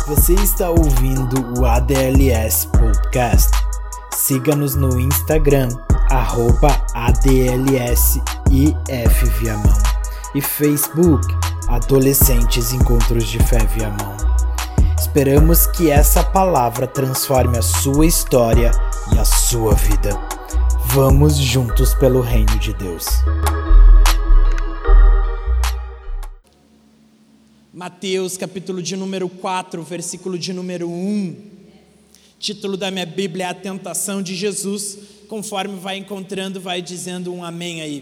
Você está ouvindo o ADLS Podcast. Siga-nos no Instagram, @ADLSIF e Facebook, Adolescentes Encontros de Fé Viamão. Esperamos que essa palavra transforme a sua história e a sua vida. Vamos juntos pelo reino de Deus. Mateus, capítulo de número 4, versículo de número 1. Título da minha Bíblia é A Tentação de Jesus. Conforme vai encontrando, vai dizendo um amém aí.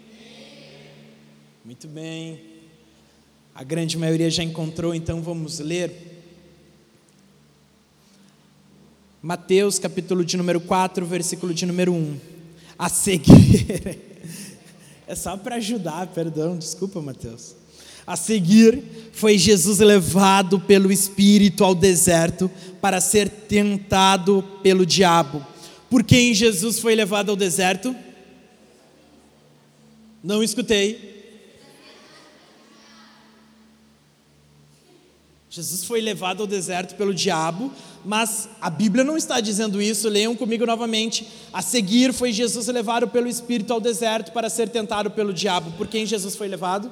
Muito bem. A grande maioria já encontrou, então vamos ler. Mateus, capítulo de número 4, versículo de número 1. A seguir... É só para ajudar, perdão, desculpa, Mateus. A seguir, foi Jesus levado pelo Espírito ao deserto para ser tentado pelo diabo. Por quem Jesus foi levado ao deserto? Não escutei. Jesus foi levado ao deserto pelo diabo, mas a Bíblia não está dizendo isso, leiam comigo novamente. A seguir, foi Jesus levado pelo Espírito ao deserto para ser tentado pelo diabo. Por quem Jesus foi levado?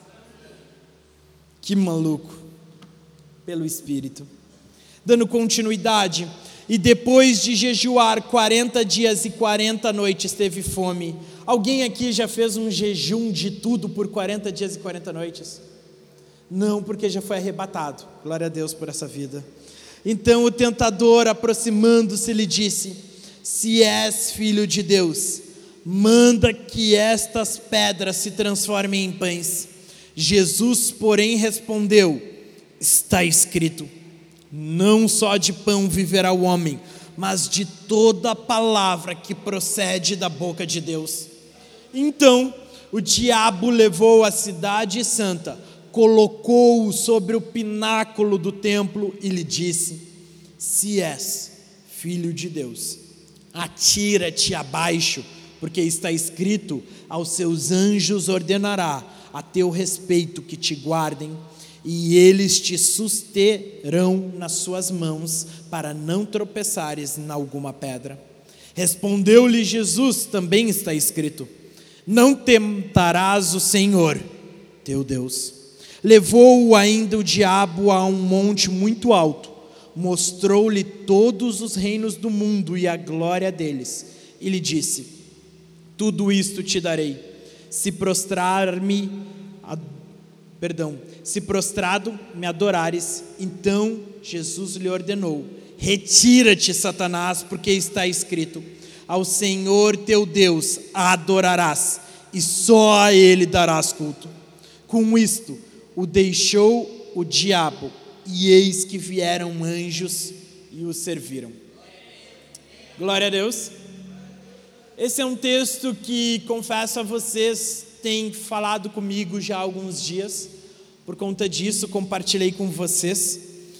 Que maluco, pelo Espírito. Dando continuidade, e depois de jejuar 40 dias e 40 noites, teve fome. Alguém aqui já fez um jejum de tudo por 40 dias e 40 noites? Não, porque já foi arrebatado. Glória a Deus por essa vida. Então o tentador, aproximando-se, lhe disse: se és filho de Deus, manda que estas pedras se transformem em pães. Jesus, porém, respondeu: está escrito, não só de pão viverá o homem, mas de toda palavra que procede da boca de Deus. Então o diabo levou a cidade santa, colocou-o sobre o pináculo do templo e lhe disse: se és filho de Deus, atira-te abaixo, porque está escrito, aos seus anjos ordenará a teu respeito que te guardem, e eles te susterão nas suas mãos, para não tropeçares em alguma pedra. Respondeu-lhe Jesus: também está escrito, não tentarás o Senhor teu Deus. Levou-o ainda o diabo a um monte muito alto, mostrou-lhe todos os reinos do mundo e a glória deles, e lhe disse: tudo isto te darei, se prostrado me adorares. Então Jesus lhe ordenou: retira-te, Satanás, porque está escrito, ao Senhor teu Deus adorarás, e só a Ele darás culto. Com isto o deixou o diabo, e eis que vieram anjos e o serviram. Glória a Deus. Esse é um texto que, confesso a vocês, tem falado comigo já há alguns dias. Por conta disso, compartilhei com vocês.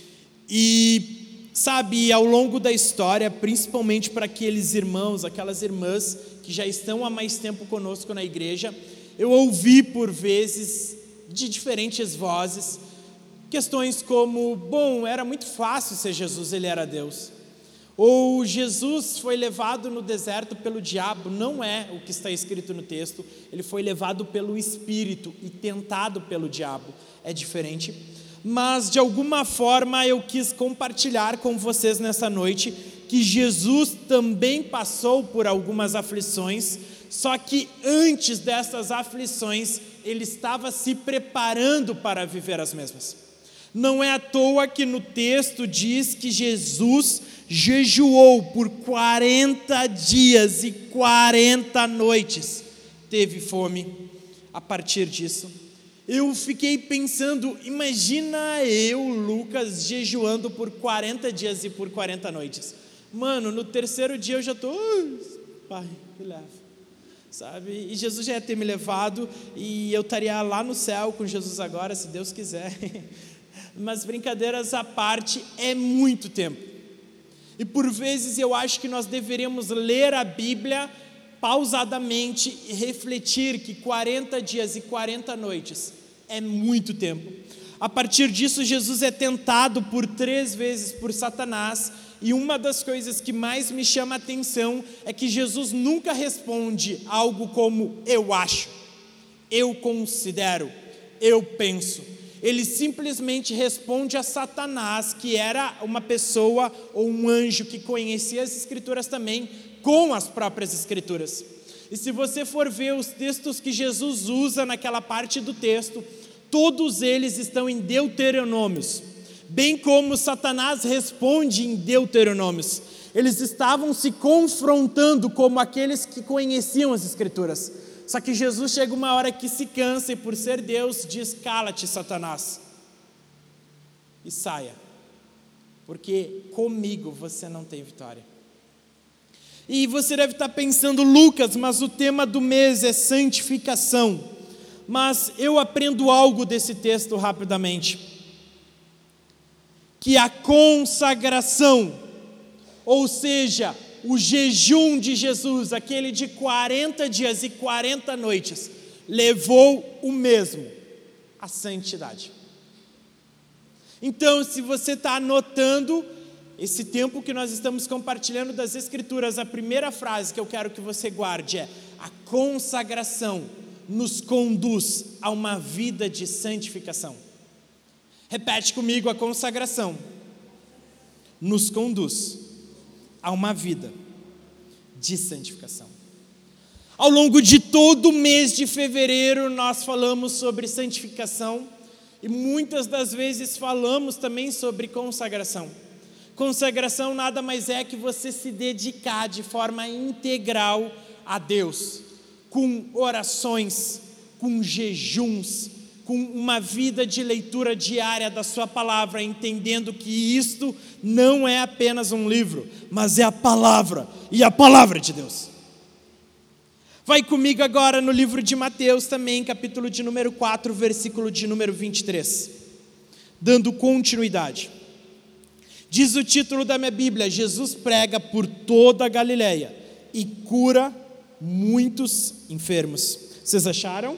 E, sabe, ao longo da história, principalmente para aqueles irmãos, aquelas irmãs que já estão há mais tempo conosco na igreja, eu ouvi por vezes, de diferentes vozes, questões como: bom, era muito fácil ser Jesus, ele era Deus. Ou Jesus foi levado no deserto pelo diabo. Não é o que está escrito no texto. Ele foi levado pelo Espírito e tentado pelo diabo. É diferente. Mas de alguma forma eu quis compartilhar com vocês nessa noite que Jesus também passou por algumas aflições, só que antes dessas aflições ele estava se preparando para viver as mesmas. Não é à toa que no texto diz que Jesus jejuou por 40 dias e 40 noites, teve fome. A partir disso, eu fiquei pensando: imagina eu, Lucas, jejuando por 40 dias e por 40 noites. Mano, no terceiro dia eu já estou: pai, me leva, sabe? E Jesus já ia ter me levado, e eu estaria lá no céu com Jesus agora, se Deus quiser. Mas brincadeiras à parte, é muito tempo. E por vezes eu acho que nós deveríamos ler a Bíblia pausadamente e refletir que 40 dias e 40 noites é muito tempo. A partir disso, Jesus é tentado por 3 vezes por Satanás, e uma das coisas que mais me chama a atenção é que Jesus nunca responde algo como eu acho, eu considero, eu penso. Ele simplesmente responde a Satanás, que era uma pessoa ou um anjo que conhecia as Escrituras também, com as próprias Escrituras. E se você for ver os textos que Jesus usa naquela parte do texto, todos eles estão em Deuteronômios, bem como Satanás responde em Deuteronômios. Eles estavam se confrontando como aqueles que conheciam as Escrituras. Só que Jesus chega uma hora que se cansa e, por ser Deus, diz: cala-te, Satanás, e saia, porque comigo você não tem vitória. E você deve estar pensando: Lucas, mas o tema do mês é santificação. Mas eu aprendo algo desse texto rapidamente, que a consagração, ou seja, o jejum de Jesus, aquele de 40 dias e 40 noites, levou o mesmo, a santidade. Então, se você está anotando esse tempo que nós estamos compartilhando das Escrituras, a primeira frase que eu quero que você guarde é: a consagração nos conduz a uma vida de santificação. Repete comigo: a consagração nos conduz a uma vida de santificação. Ao longo de todo o mês de fevereiro nós falamos sobre santificação e muitas das vezes falamos também sobre consagração. Consagração nada mais é que você se dedicar de forma integral a Deus, com orações, com jejuns, com uma vida de leitura diária da sua palavra, entendendo que isto não é apenas um livro, mas é a palavra, e a palavra de Deus. Vai comigo agora no livro de Mateus também, capítulo de número 4, versículo de número 23, dando continuidade. Diz o título da minha Bíblia: Jesus prega por toda a Galileia e cura muitos enfermos. Vocês acharam?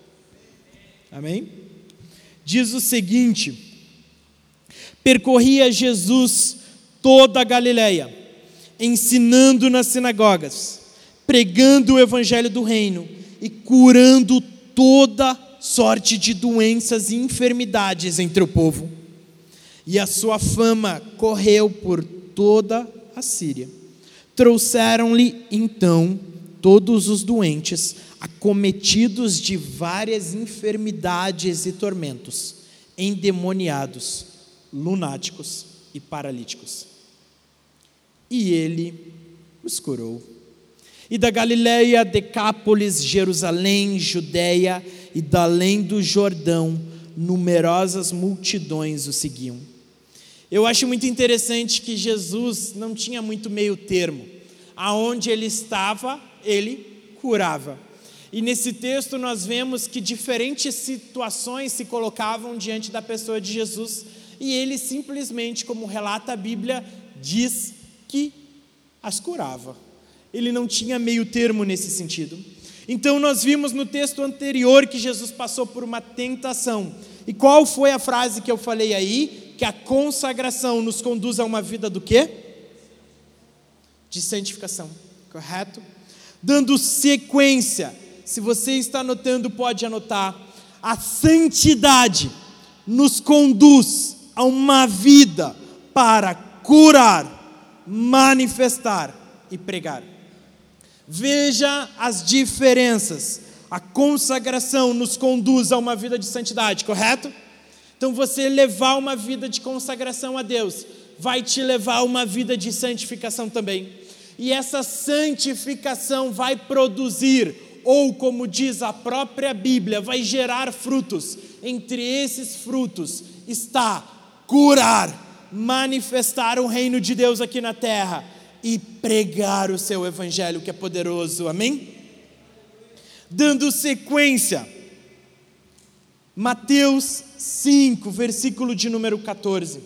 Amém? Diz o seguinte: percorria Jesus toda a Galileia, ensinando nas sinagogas, pregando o evangelho do reino e curando toda sorte de doenças e enfermidades entre o povo. E a sua fama correu por toda a Síria. Trouxeram-lhe então todos os doentes, acometidos de várias enfermidades e tormentos, endemoniados, lunáticos e paralíticos. E ele os curou. E da Galileia, Decápolis, Jerusalém, Judeia e da além do Jordão, numerosas multidões o seguiam. Eu acho muito interessante que Jesus não tinha muito meio termo. Aonde ele estava, ele curava. E nesse texto nós vemos que diferentes situações se colocavam diante da pessoa de Jesus, e ele simplesmente, como relata a Bíblia, diz que as curava. Ele não tinha meio termo nesse sentido. Então nós vimos no texto anterior que Jesus passou por uma tentação. E qual foi a frase que eu falei aí? Que a consagração nos conduz a uma vida do quê? De santificação, correto? Dando sequência, se você está anotando, pode anotar. A santidade nos conduz a uma vida para curar, manifestar e pregar. Veja as diferenças. A consagração nos conduz a uma vida de santidade, correto? Então você levar uma vida de consagração a Deus vai te levar a uma vida de santificação também. E essa santificação vai produzir, ou como diz a própria Bíblia, vai gerar frutos. Entre esses frutos está curar, manifestar o reino de Deus aqui na terra e pregar o seu evangelho, que é poderoso, amém? Dando sequência, Mateus 5, versículo de número 14.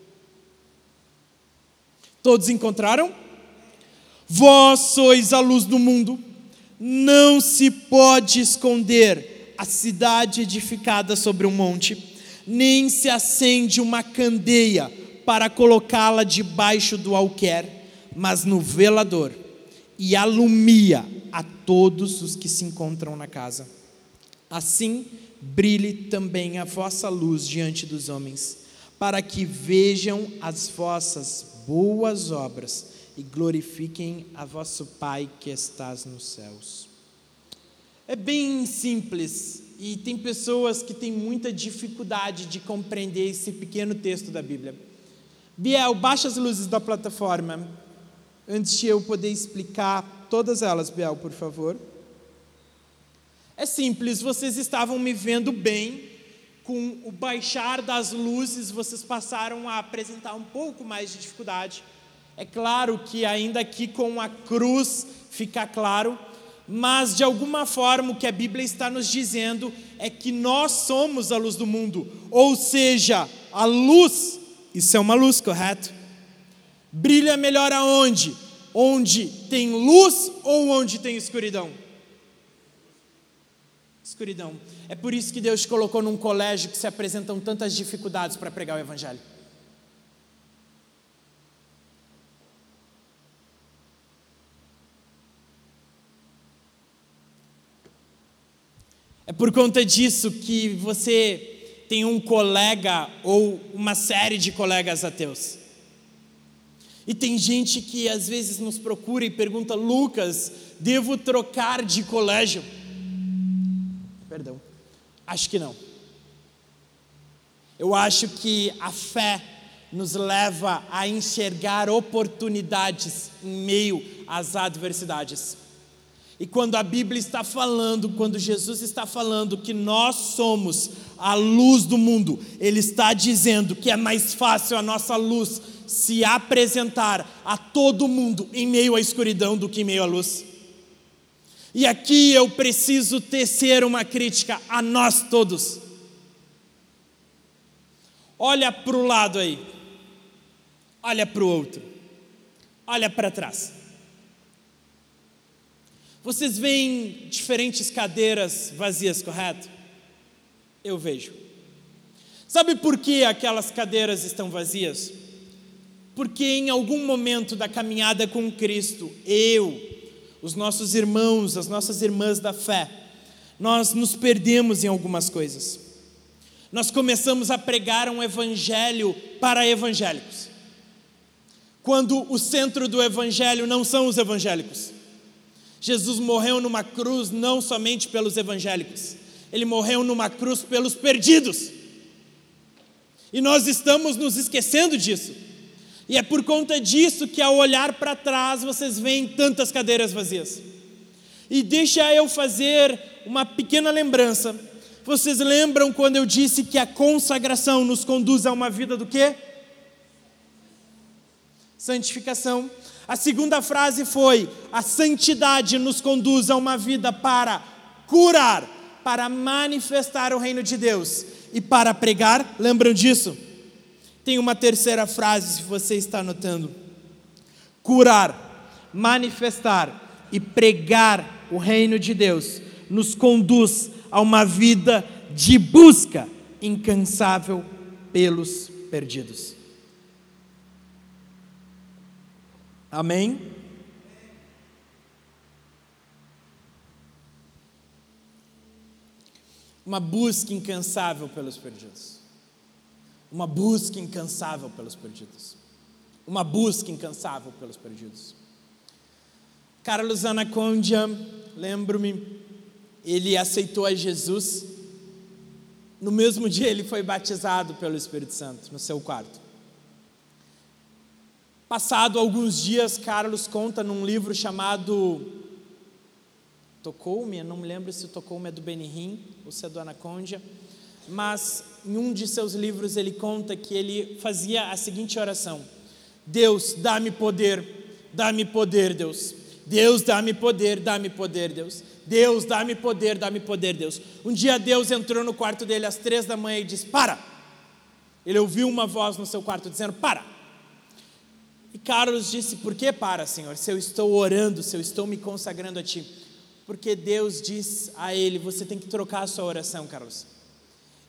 Todos encontraram? Vós sois a luz do mundo, não se pode esconder a cidade edificada sobre um monte. nem se acende uma candeia para colocá-la debaixo do alqueire, mas no velador, e alumia a todos os que se encontram na casa. Assim brilhe também a vossa luz diante dos homens, para que vejam as vossas boas obras e glorifiquem a vosso Pai que estás nos céus. É bem simples, e tem pessoas que têm muita dificuldade de compreender esse pequeno texto da Bíblia. Biel, baixa as luzes da plataforma, antes de eu poder explicar todas elas, Biel, por favor. É simples, vocês estavam me vendo bem, com o baixar das luzes, vocês passaram a apresentar um pouco mais de dificuldade. É claro que ainda aqui com a cruz fica claro, mas de alguma forma o que a Bíblia está nos dizendo é que nós somos a luz do mundo, ou seja, a luz, isso é uma luz, correto? Brilha melhor aonde? Onde tem luz ou onde tem escuridão? Escuridão. É por isso que Deus te colocou num colégio que se apresentam tantas dificuldades para pregar o Evangelho. É por conta disso que você tem um colega ou uma série de colegas ateus. E tem gente que às vezes nos procura e pergunta: Lucas, devo trocar de colégio? Perdão, acho que não. Eu acho que a fé nos leva a enxergar oportunidades em meio às adversidades. E quando a Bíblia está falando, quando Jesus está falando que nós somos a luz do mundo, Ele está dizendo que é mais fácil a nossa luz se apresentar a todo mundo em meio à escuridão do que em meio à luz. E aqui eu preciso tecer uma crítica a nós todos. Olha para o lado aí, olha para o outro, olha para trás. Vocês veem diferentes cadeiras vazias, correto? Eu vejo. Sabe por que aquelas cadeiras estão vazias? Porque em algum momento da caminhada com Cristo, os nossos irmãos, as nossas irmãs da fé, nós nos perdemos em algumas coisas. Nós começamos a pregar um evangelho para evangélicos, quando o centro do evangelho não são os evangélicos. Jesus morreu numa cruz não somente pelos evangélicos, Ele morreu numa cruz pelos perdidos. E nós estamos nos esquecendo disso. E é por conta disso que ao olhar para trás vocês veem tantas cadeiras vazias. E deixa eu fazer uma pequena lembrança. Vocês lembram quando eu disse que a consagração nos conduz a uma vida do quê? Santificação. A segunda frase foi: a santidade nos conduz a uma vida para curar, para manifestar o reino de Deus e para pregar. Lembram disso? Tem uma terceira frase, se você está anotando: curar, manifestar e pregar o reino de Deus nos conduz a uma vida de busca incansável pelos perdidos. Amém? Uma busca incansável pelos perdidos. Uma busca incansável pelos perdidos. Uma busca incansável pelos perdidos. Carlos Anacondia, lembro-me, ele aceitou a Jesus. No mesmo dia ele foi batizado pelo Espírito Santo, no seu quarto. Passado alguns dias, Carlos conta num livro chamado Tocou-me, não me lembro se o Tocou-me é do Benihim ou se é do Anacondia, mas em um de seus livros ele conta que ele fazia a seguinte oração: Deus, dá-me poder, Deus. Deus, dá-me poder, Deus. Deus, dá-me poder, Deus. Um dia Deus entrou no quarto dele às 3 da manhã e disse: para! Ele ouviu uma voz no seu quarto dizendo: para! E Carlos disse: por que para, Senhor? Se eu estou orando, se eu estou me consagrando a Ti. Porque Deus diz a ele: você tem que trocar a sua oração, Carlos.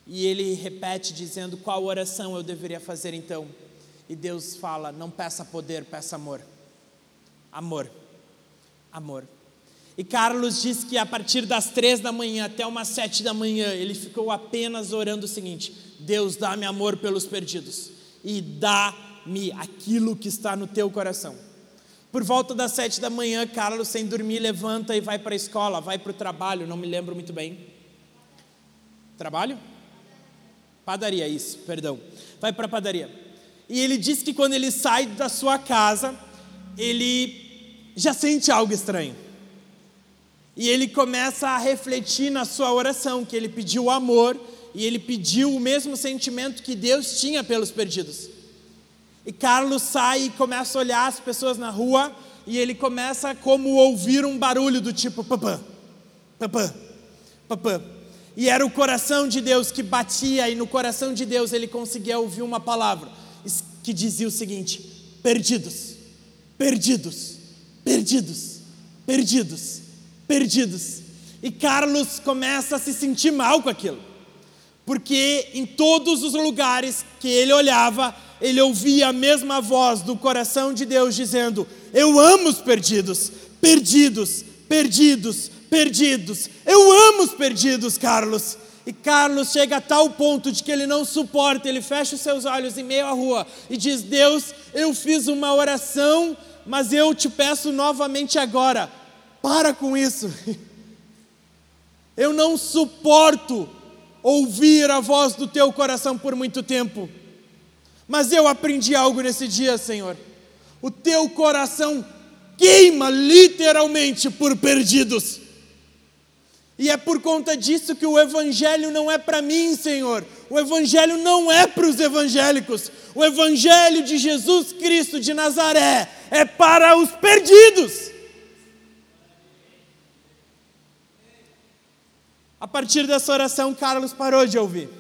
E ele repete dizendo: qual oração eu deveria fazer então? E Deus fala: não peça poder, peça amor. Amor. Amor. E Carlos diz que a partir das 3 da manhã até umas 7 da manhã, ele ficou apenas orando o seguinte: Deus, dá-me amor pelos perdidos. E dá-me aquilo que está no teu coração. Por volta das 7 da manhã, Carlos, sem dormir, levanta e vai para a escola, vai para o trabalho, não me lembro muito bem. Trabalho? Padaria, isso, perdão. Vai para a padaria. E ele diz que quando ele sai da sua casa, ele já sente algo estranho. E ele começa a refletir na sua oração, que ele pediu amor, e ele pediu o mesmo sentimento que Deus tinha pelos perdidos. E Carlos sai e começa a olhar as pessoas na rua, e ele começa como ouvir um barulho do tipo papã, papã, papã. E era o coração de Deus que batia, e no coração de Deus ele conseguia ouvir uma palavra que dizia o seguinte: perdidos, perdidos, perdidos, perdidos, perdidos. E Carlos começa a se sentir mal com aquilo, porque em todos os lugares que ele olhava, ele ouvia a mesma voz do coração de Deus dizendo: eu amo os perdidos, perdidos, perdidos, perdidos, eu amo os perdidos, Carlos. E Carlos chega a tal ponto de que ele não suporta, ele fecha os seus olhos em meio à rua e diz: Deus, eu fiz uma oração, mas eu te peço novamente agora, para com isso. Eu não suporto ouvir a voz do teu coração por muito tempo, mas eu aprendi algo nesse dia, Senhor. O teu coração queima literalmente por perdidos. E é por conta disso que o evangelho não é para mim, Senhor. O evangelho não é para os evangélicos. O evangelho de Jesus Cristo de Nazaré é para os perdidos. A partir dessa oração, Carlos parou de ouvir.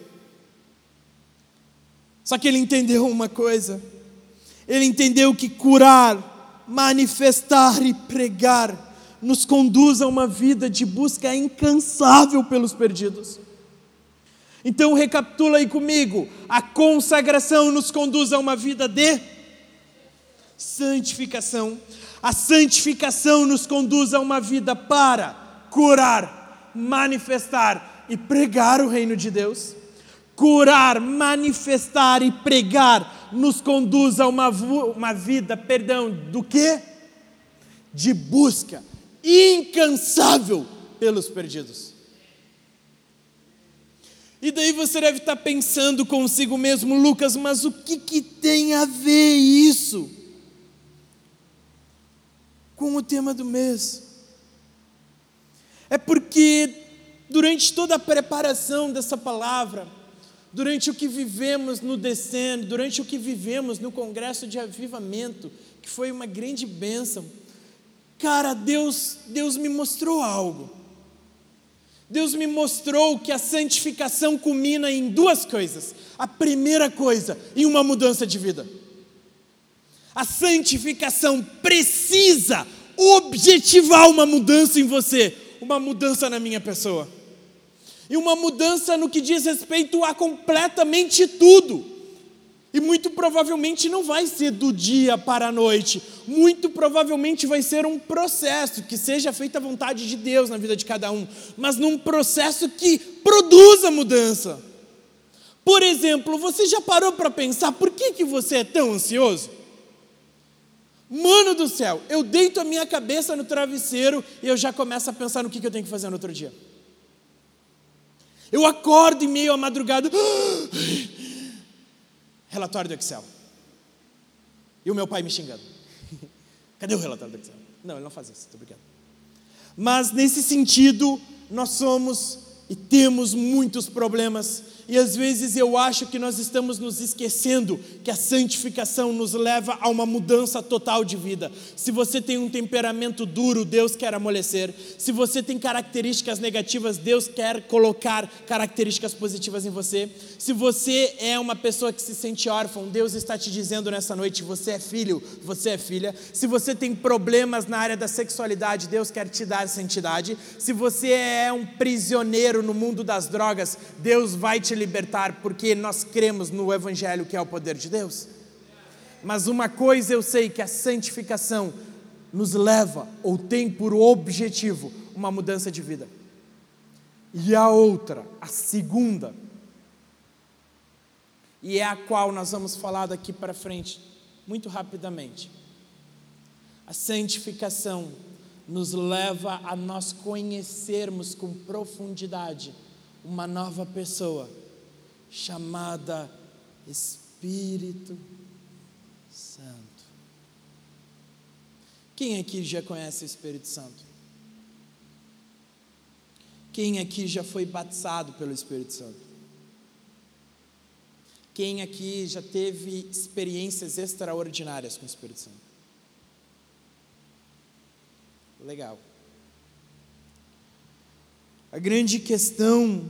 Só que ele entendeu uma coisa. Ele entendeu que curar, manifestar e pregar nos conduz a uma vida de busca incansável pelos perdidos. Então recapitula aí comigo: a consagração nos conduz a uma vida de santificação. A santificação nos conduz a uma vida para curar, manifestar e pregar o reino de Deus. Curar, manifestar e pregar nos conduz a uma vida, do quê? De busca incansável pelos perdidos. E daí você deve estar pensando consigo mesmo: Lucas, mas o que tem a ver isso com o tema do mês? É porque durante toda a preparação dessa palavra, durante o que vivemos no Descende, durante o que vivemos no Congresso de Avivamento, que foi uma grande bênção, cara, Deus me mostrou algo. Deus me mostrou que a santificação culmina em duas coisas. A primeira coisa, em uma mudança de vida. A santificação precisa objetivar uma mudança em você, uma mudança na minha pessoa. E uma mudança no que diz respeito a completamente tudo. E muito provavelmente não vai ser do dia para a noite. Muito provavelmente vai ser um processo, que seja feita a vontade de Deus na vida de cada um, mas num processo que produza mudança. Por exemplo, você já parou para pensar por que você é tão ansioso? Mano do céu, eu deito a minha cabeça no travesseiro e eu já começo a pensar no que eu tenho que fazer no outro dia. Eu acordo em meio à madrugada, relatório do Excel. E o meu pai me xingando. Cadê o relatório do Excel? Não, ele não faz isso, estou brincando. Mas nesse sentido, nós somos e temos muitos problemas. E às vezes eu acho que nós estamos nos esquecendo que a santificação nos leva a uma mudança total de vida. Se você tem um temperamento duro, Deus quer amolecer. Se você tem características negativas, Deus quer colocar características positivas em você. Se você é uma pessoa que se sente órfão, Deus está te dizendo nessa noite: você é filho, você é filha. Se você tem problemas na área da sexualidade, Deus quer te dar santidade. Se você é um prisioneiro no mundo das drogas, Deus vai te libertar porque nós cremos no Evangelho, que é o poder de Deus. Mas uma coisa eu sei, que a santificação nos leva, ou tem por objetivo, uma mudança de vida. E a outra, a segunda, e é a qual nós vamos falar daqui para frente, muito rapidamente. A santificação nos leva a nós conhecermos com profundidade uma nova pessoa, chamada Espírito Santo. Quem aqui já conhece o Espírito Santo? Quem aqui já foi batizado pelo Espírito Santo? Quem aqui já teve experiências extraordinárias com o Espírito Santo? Legal. A grande questão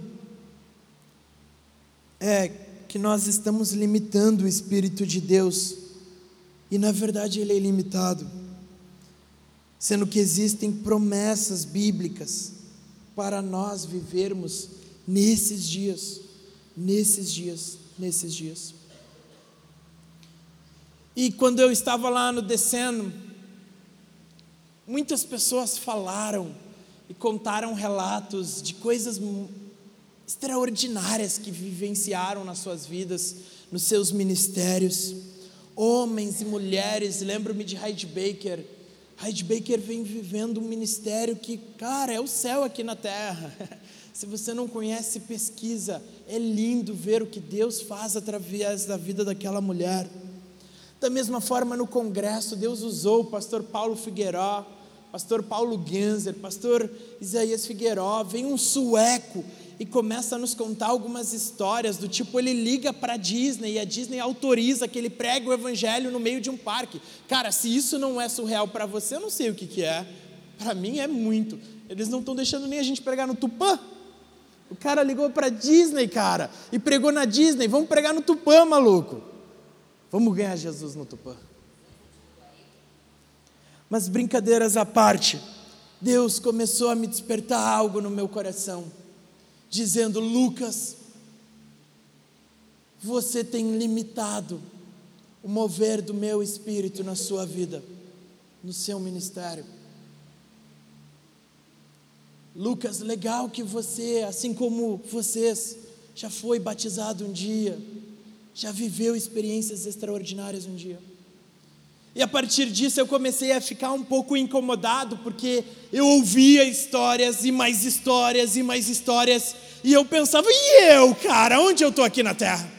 é que nós estamos limitando o Espírito de Deus, e na verdade ele é ilimitado, sendo que existem promessas bíblicas para nós vivermos nesses dias. E quando eu estava lá no Descendo, muitas pessoas falaram e contaram relatos de coisas extraordinárias que vivenciaram nas suas vidas, nos seus ministérios. Homens e mulheres, lembro-me de Heidi Baker. Heidi Baker vem vivendo um ministério que, cara, é o céu aqui na terra. Se você não conhece, pesquisa. É lindo ver o que Deus faz através da vida daquela mulher. Da mesma forma, no congresso, Deus usou o pastor Paulo Figueiró, pastor Paulo Genzer, pastor Isaías Figueiró. Vem um sueco e começa a nos contar algumas histórias do tipo, ele liga para a Disney e a Disney autoriza que ele pregue o evangelho no meio de um parque. Cara, se isso não é surreal para você, eu não sei o que é. Para mim é muito. Eles não estão deixando nem a gente pregar no Tupã. O cara ligou para a Disney, cara, e pregou na Disney. Vamos pregar no Tupã, maluco. Vamos ganhar Jesus no Tupã. Mas brincadeiras à parte, Deus começou a me despertar algo no meu coração, dizendo: Lucas, você tem limitado o mover do meu Espírito na sua vida, no seu ministério. Lucas, legal que você, assim como vocês, já foi batizado um dia, já viveu experiências extraordinárias um dia. E a partir disso eu comecei a ficar um pouco incomodado, porque eu ouvia histórias e mais histórias e mais histórias, e eu pensava, e eu, cara, onde eu estou aqui na terra?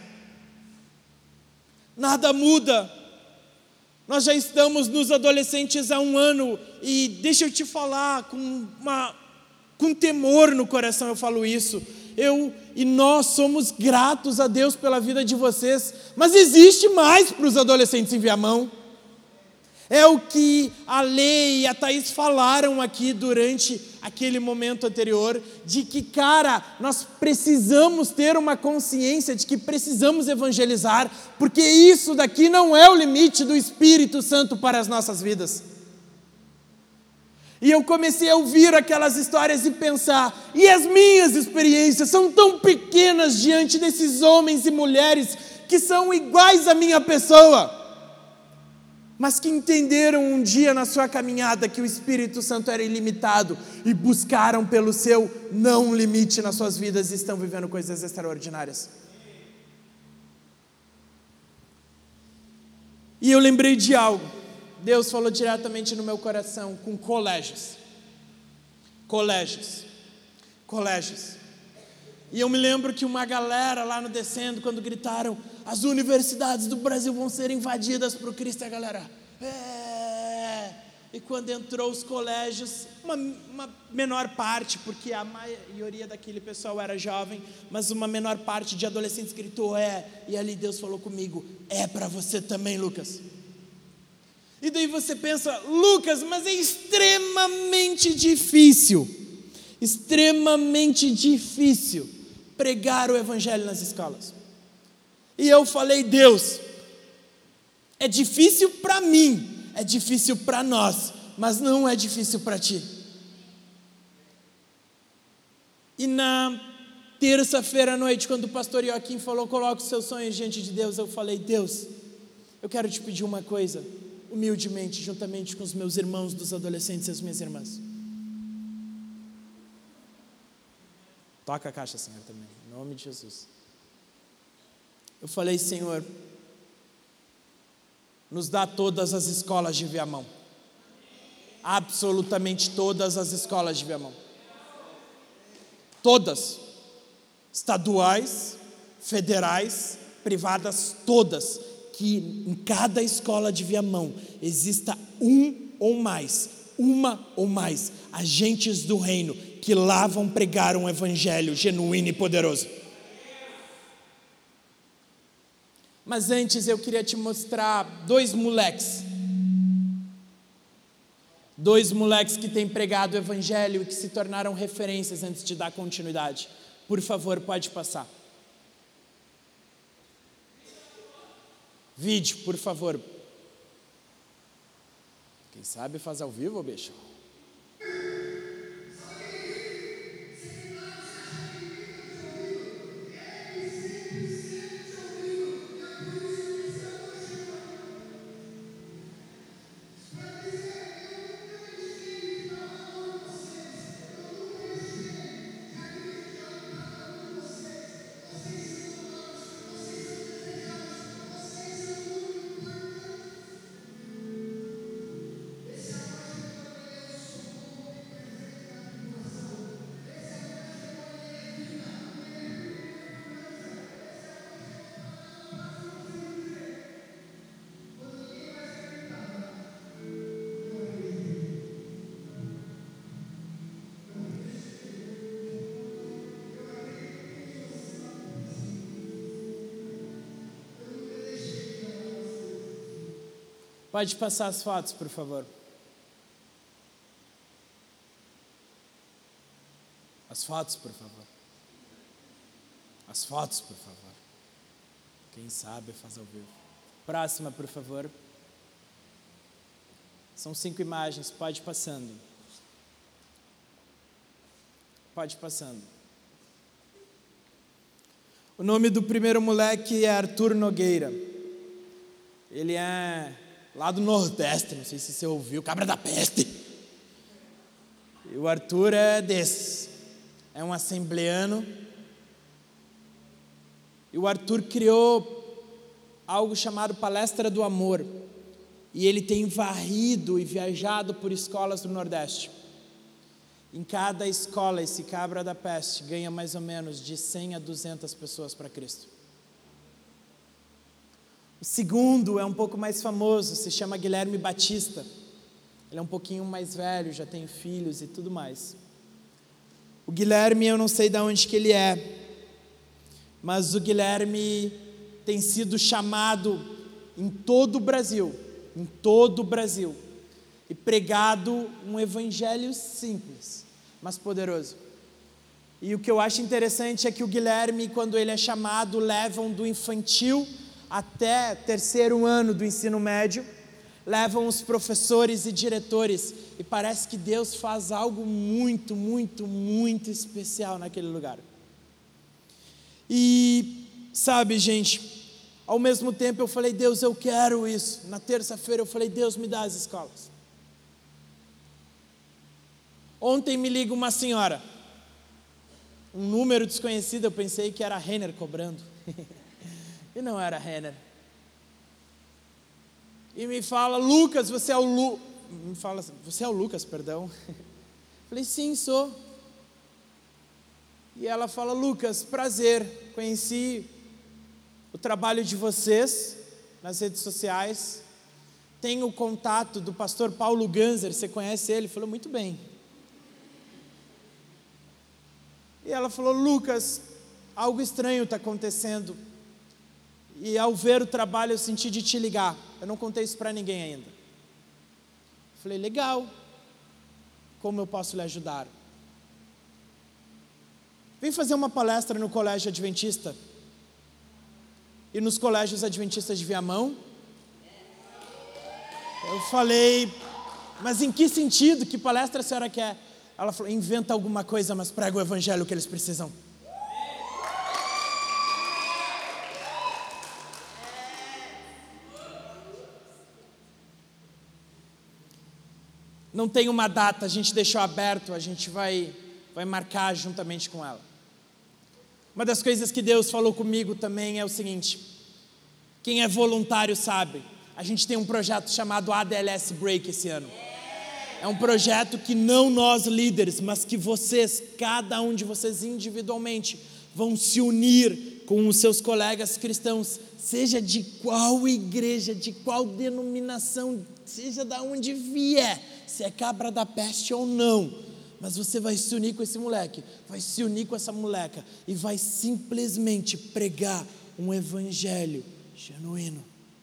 Nada muda. Nós já estamos nos adolescentes há 1 ano, e deixa eu te falar, com temor no coração eu falo isso, eu e nós somos gratos a Deus pela vida de vocês, mas existe mais para os adolescentes em Viamão. É o que a Lei e a Thaís falaram aqui durante aquele momento anterior, de que, cara, nós precisamos ter uma consciência de que precisamos evangelizar, porque isso daqui não é o limite do Espírito Santo para as nossas vidas. E eu comecei a ouvir aquelas histórias e pensar, e as minhas experiências são tão pequenas diante desses homens e mulheres que são iguais à minha pessoa, mas que entenderam um dia na sua caminhada que o Espírito Santo era ilimitado e buscaram pelo seu não limite nas suas vidas e estão vivendo coisas extraordinárias. E eu lembrei de algo. Deus falou diretamente no meu coração com colégios. E eu me lembro que uma galera lá no Descendo, quando gritaram, as universidades do Brasil vão ser invadidas por Cristo, a galera, E quando entrou os colégios, uma menor parte, porque a maioria daquele pessoal era jovem, mas uma menor parte de adolescentes gritou, e ali Deus falou comigo, é para você também, Lucas. E daí você pensa, Lucas, mas é extremamente difícil pregar o evangelho nas escolas. E eu falei, Deus, é difícil para mim, é difícil para nós, mas não é difícil para ti. E na terça-feira à noite, quando o pastor Joaquim falou, coloque os seus sonhos diante de Deus, eu falei, Deus, eu quero te pedir uma coisa, humildemente, juntamente com os meus irmãos dos adolescentes e as minhas irmãs. Toca a caixa, Senhor, também, em nome de Jesus. Eu falei, Senhor, nos dá todas as escolas de Viamão. Absolutamente todas as escolas de Viamão. Todas. Estaduais, federais, privadas, todas. Que em cada escola de Viamão exista uma ou mais agentes do reino que lá vão pregar um evangelho genuíno e poderoso. Mas antes eu queria te mostrar dois moleques que têm pregado o evangelho e que se tornaram referências antes de dar continuidade. Por favor, pode passar. Vídeo, por favor. Quem sabe faz ao vivo, bicho? Pode passar as fotos, por favor. As fotos, por favor. As fotos, por favor. Quem sabe faz ao vivo. Próxima, por favor. São 5 imagens, pode ir passando. Pode ir passando. O nome do primeiro moleque é Arthur Nogueira. Ele é lá do Nordeste, não sei se você ouviu, Cabra da Peste. E o Arthur é desses. É um assembleano. E o Arthur criou algo chamado Palestra do Amor. E ele tem varrido e viajado por escolas do Nordeste. Em cada escola, esse Cabra da Peste ganha mais ou menos de 100 a 200 pessoas para Cristo. O segundo é um pouco mais famoso, se chama Guilherme Batista. Ele é um pouquinho mais velho, já tem filhos e tudo mais. O Guilherme, eu não sei de onde que ele é, mas o Guilherme tem sido chamado em todo o Brasil, e pregado um evangelho simples, mas poderoso. E o que eu acho interessante é que o Guilherme, quando ele é chamado, levam do infantil até 3º ano do ensino médio, levam os professores e diretores, e parece que Deus faz algo muito, muito, muito especial naquele lugar. E sabe, gente, ao mesmo tempo eu falei, Deus, eu quero isso. Na terça-feira eu falei, Deus, me dá as escolas. Ontem me liga uma senhora, um número desconhecido, eu pensei que era a Renner cobrando. E não era Renner. E me fala, Lucas, você é o você é o Lucas, perdão. Falei, sim, sou. E ela fala, Lucas, prazer, conheci o trabalho de vocês nas redes sociais. Tenho o contato do pastor Paulo Ganser, você conhece ele? Falou, muito bem. E ela falou, Lucas, algo estranho está acontecendo. E ao ver o trabalho eu senti de te ligar. Eu não contei isso para ninguém ainda. Falei, legal. Como eu posso lhe ajudar? Vim fazer uma palestra no colégio adventista. E nos colégios adventistas de Viamão. Eu falei, mas em que sentido? Que palestra a senhora quer? Ela falou, inventa alguma coisa, mas prega o evangelho que eles precisam. Não tem uma data, a gente deixou aberto, a gente vai marcar juntamente com ela. Uma das coisas que Deus falou comigo também é o seguinte: quem é voluntário sabe, a gente tem um projeto chamado ADLS Break esse ano. É um projeto que não nós líderes, mas que vocês, cada um de vocês individualmente, vão se unir com os seus colegas cristãos, seja de qual igreja, de qual denominação, seja de onde vier, se é cabra da peste ou não, mas você vai se unir com esse moleque, vai se unir com essa moleca e vai simplesmente pregar um evangelho genuíno.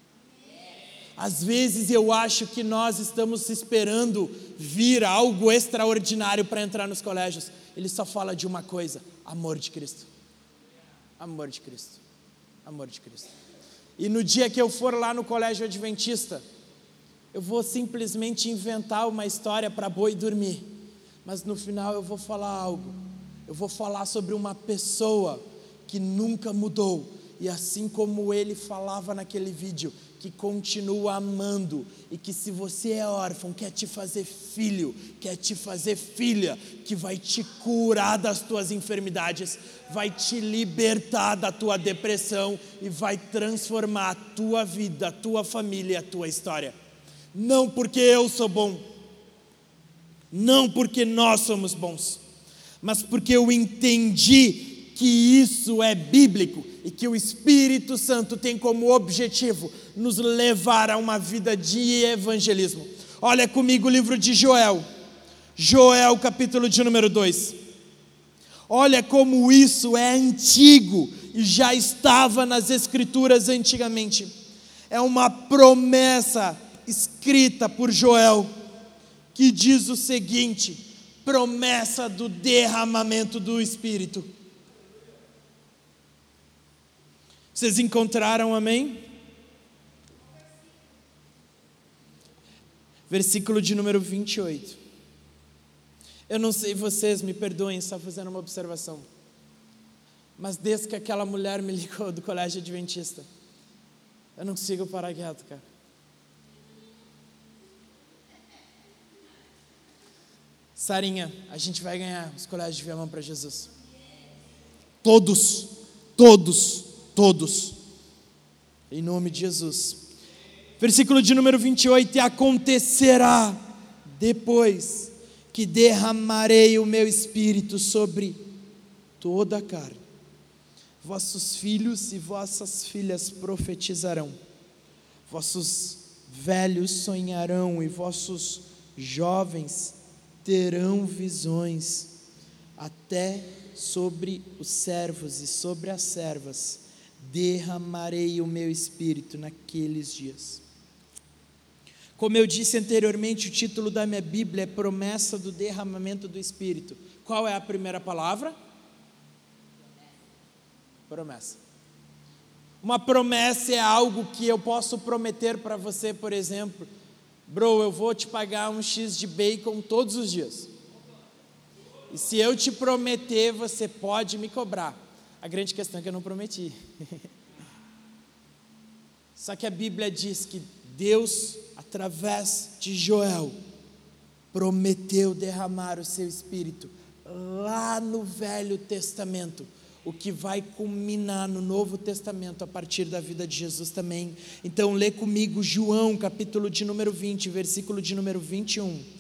Às vezes eu acho que nós estamos esperando vir algo extraordinário para entrar nos colégios. Ele só fala de uma coisa: amor de Cristo. Amor de Cristo. Amor de Cristo. E no dia que eu for lá no colégio adventista, eu vou simplesmente inventar uma história para boi dormir. Mas no final eu vou falar algo. Eu vou falar sobre uma pessoa que nunca mudou. E assim como ele falava naquele vídeo, que continua amando, e que se você é órfão, quer te fazer filho, quer te fazer filha, que vai te curar das tuas enfermidades, vai te libertar da tua depressão e vai transformar a tua vida, a tua família, a tua história. Não porque eu sou bom, não porque nós somos bons, mas porque eu entendi que isso é bíblico e que o Espírito Santo tem como objetivo nos levar a uma vida de evangelismo. Olha comigo o livro de Joel, capítulo de número 2. Olha como isso é antigo e já estava nas Escrituras antigamente. É uma promessa escrita por Joel, que diz o seguinte: promessa do derramamento do Espírito. Vocês encontraram, amém? Versículo de número 28. Eu não sei vocês, me perdoem, só fazendo uma observação. Mas desde que aquela mulher me ligou do colégio adventista, eu não consigo parar quieto, cara. Sarinha, a gente vai ganhar os colégios de Viamão para Jesus. Todos. Em nome de Jesus. Versículo de número 28. E acontecerá depois que derramarei o meu espírito sobre toda a carne. Vossos filhos e vossas filhas profetizarão. Vossos velhos sonharão e vossos jovens terão visões. Até sobre os servos e sobre as servas derramarei o meu espírito naqueles dias. Como eu disse anteriormente, o título da minha Bíblia é Promessa do Derramamento do Espírito. Qual é a primeira palavra? Promessa. Uma promessa é algo que eu posso prometer para você, por exemplo: bro, eu vou te pagar um X de bacon todos os dias. E se eu te prometer, você pode me cobrar. A grande questão é que eu não prometi. Só que a Bíblia diz que Deus, através de Joel, prometeu derramar o seu Espírito lá no Velho Testamento, o que vai culminar no Novo Testamento a partir da vida de Jesus também. Então lê comigo João, capítulo de número 20, versículo de número 21.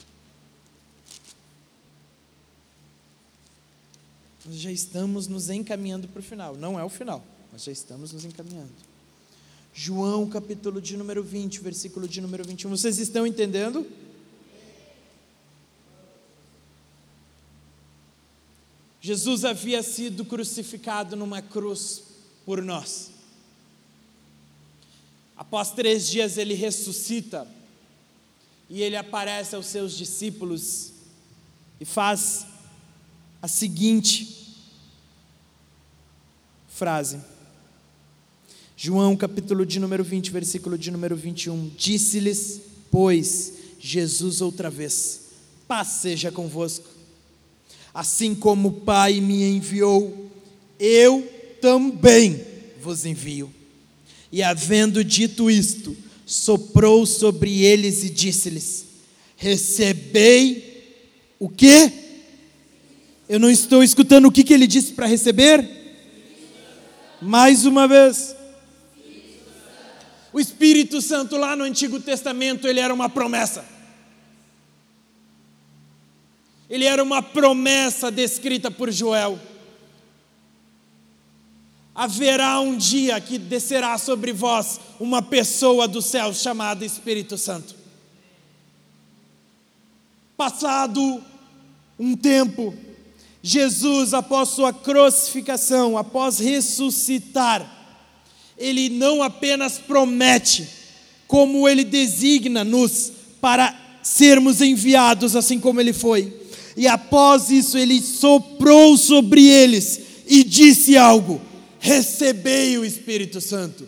Nós já estamos nos encaminhando para o final. Não é o final, mas já estamos nos encaminhando. João, capítulo de número 20, versículo de número 21. Vocês estão entendendo? Jesus havia sido crucificado numa cruz por nós. Após 3 dias ele ressuscita e ele aparece aos seus discípulos e faz a seguinte frase. João, capítulo de número 20, versículo de número 21. Disse-lhes, pois, Jesus outra vez: paz seja convosco. Assim como o Pai me enviou, eu também vos envio. E havendo dito isto, soprou sobre eles e disse-lhes: recebei o quê? Eu não estou escutando o que ele disse para receber? Mais uma vez. O Espírito Santo lá no Antigo Testamento, ele era uma promessa. Ele era uma promessa descrita por Joel. Haverá um dia que descerá sobre vós uma pessoa do céu chamada Espírito Santo. Passado um tempo, Jesus, após sua crucificação, após ressuscitar, ele não apenas promete, como ele designa-nos para sermos enviados, assim como ele foi. E após isso, ele soprou sobre eles e disse algo: recebei o Espírito Santo.